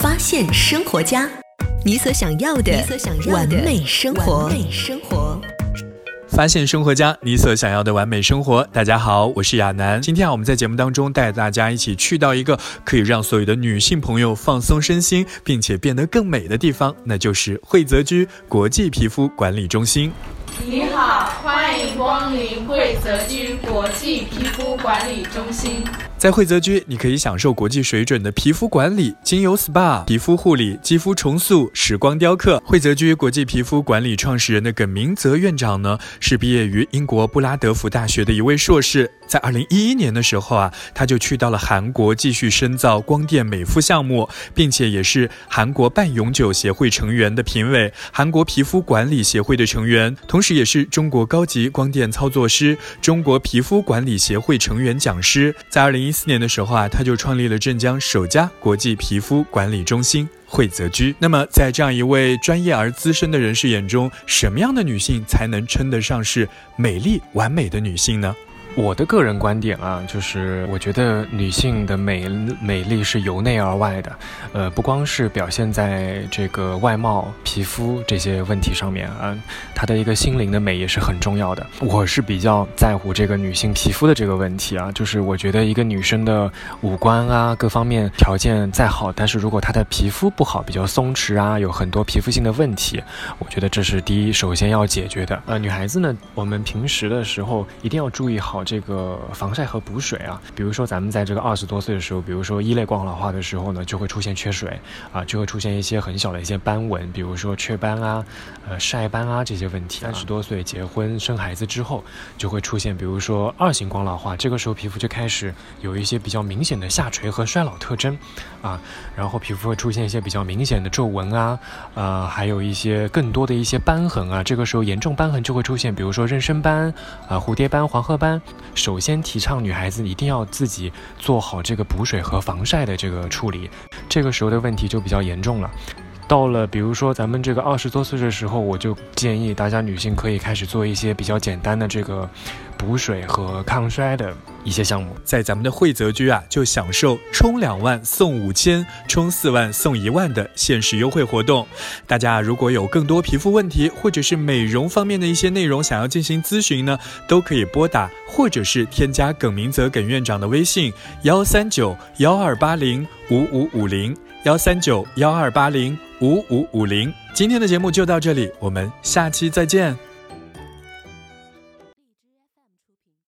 发现生活家，你所想要的完美生活。 发现生活家，你所想要的完美生活。大家好，我是亚楠。今天我们在节目当中带大家一起去到一个可以让所有的女性朋友放松身心并且变得更美的地方，那就是惠泽居国际皮肤管理中心。 你好，欢迎光临惠泽居国际皮肤管理中心。 在惠泽居，你可以享受国际水准的皮肤管理，精油 SPA、皮肤护理、肌肤重塑、时光雕刻。惠泽居国际皮肤管理创始人的耿明泽院长呢，是毕业于英国布拉德福大学的一位硕士。在2011年的时候他就去到了韩国继续深造光电美肤项目，并且也是韩国半永久协会成员的评委，韩国皮肤管理协会的成员，同时也是中国高级光电操作师、中国皮肤管理协会成员讲师。在2014年的时候他就创立了镇江首家国际皮肤管理中心惠泽居。那么在这样一位专业而资深的人士眼中，什么样的女性才能称得上是美丽完美的女性呢？ 我的个人观点就是我觉得女性的美丽是由内而外的，不光是表现在这个外貌、皮肤这些问题上面她的一个心灵的美也是很重要的。我是比较在乎这个女性皮肤的这个问题就是我觉得一个女生的五官各方面条件再好，但是如果她的皮肤不好，比较松弛有很多皮肤性的问题，我觉得这是第一首先要解决的。女孩子呢，我们平时的时候一定要注意好这个防晒和补水比如说咱们在这个20多岁的时候，比如说一类光老化的时候呢，就会出现缺水就会出现一些很小的一些斑纹，比如说雀斑晒斑这些问题。30多岁结婚生孩子之后，就会出现比如说2型光老化，这个时候皮肤就开始有一些比较明显的下垂和衰老特征然后皮肤会出现一些比较明显的皱纹还有一些更多的一些斑痕这个时候严重斑痕就会出现，比如说妊娠斑蝴蝶斑、黄褐斑。首先提倡女孩子一定要自己做好这个补水和防晒的这个处理，这个时候的问题就比较严重了。到了比如说咱们这个20多岁的时候，我就建议大家女性可以开始做一些比较简单的这个补水和抗衰的一些项目。 在咱们的惠泽居就享受充2万送5000，充4万送1万的限时优惠活动。大家如果有更多皮肤问题或者是美容方面的一些内容想要进行咨询呢，都可以拨打或者是添加耿明泽耿院长的微信13912805550 13912805550。今天的节目就到这里，我们下期再见。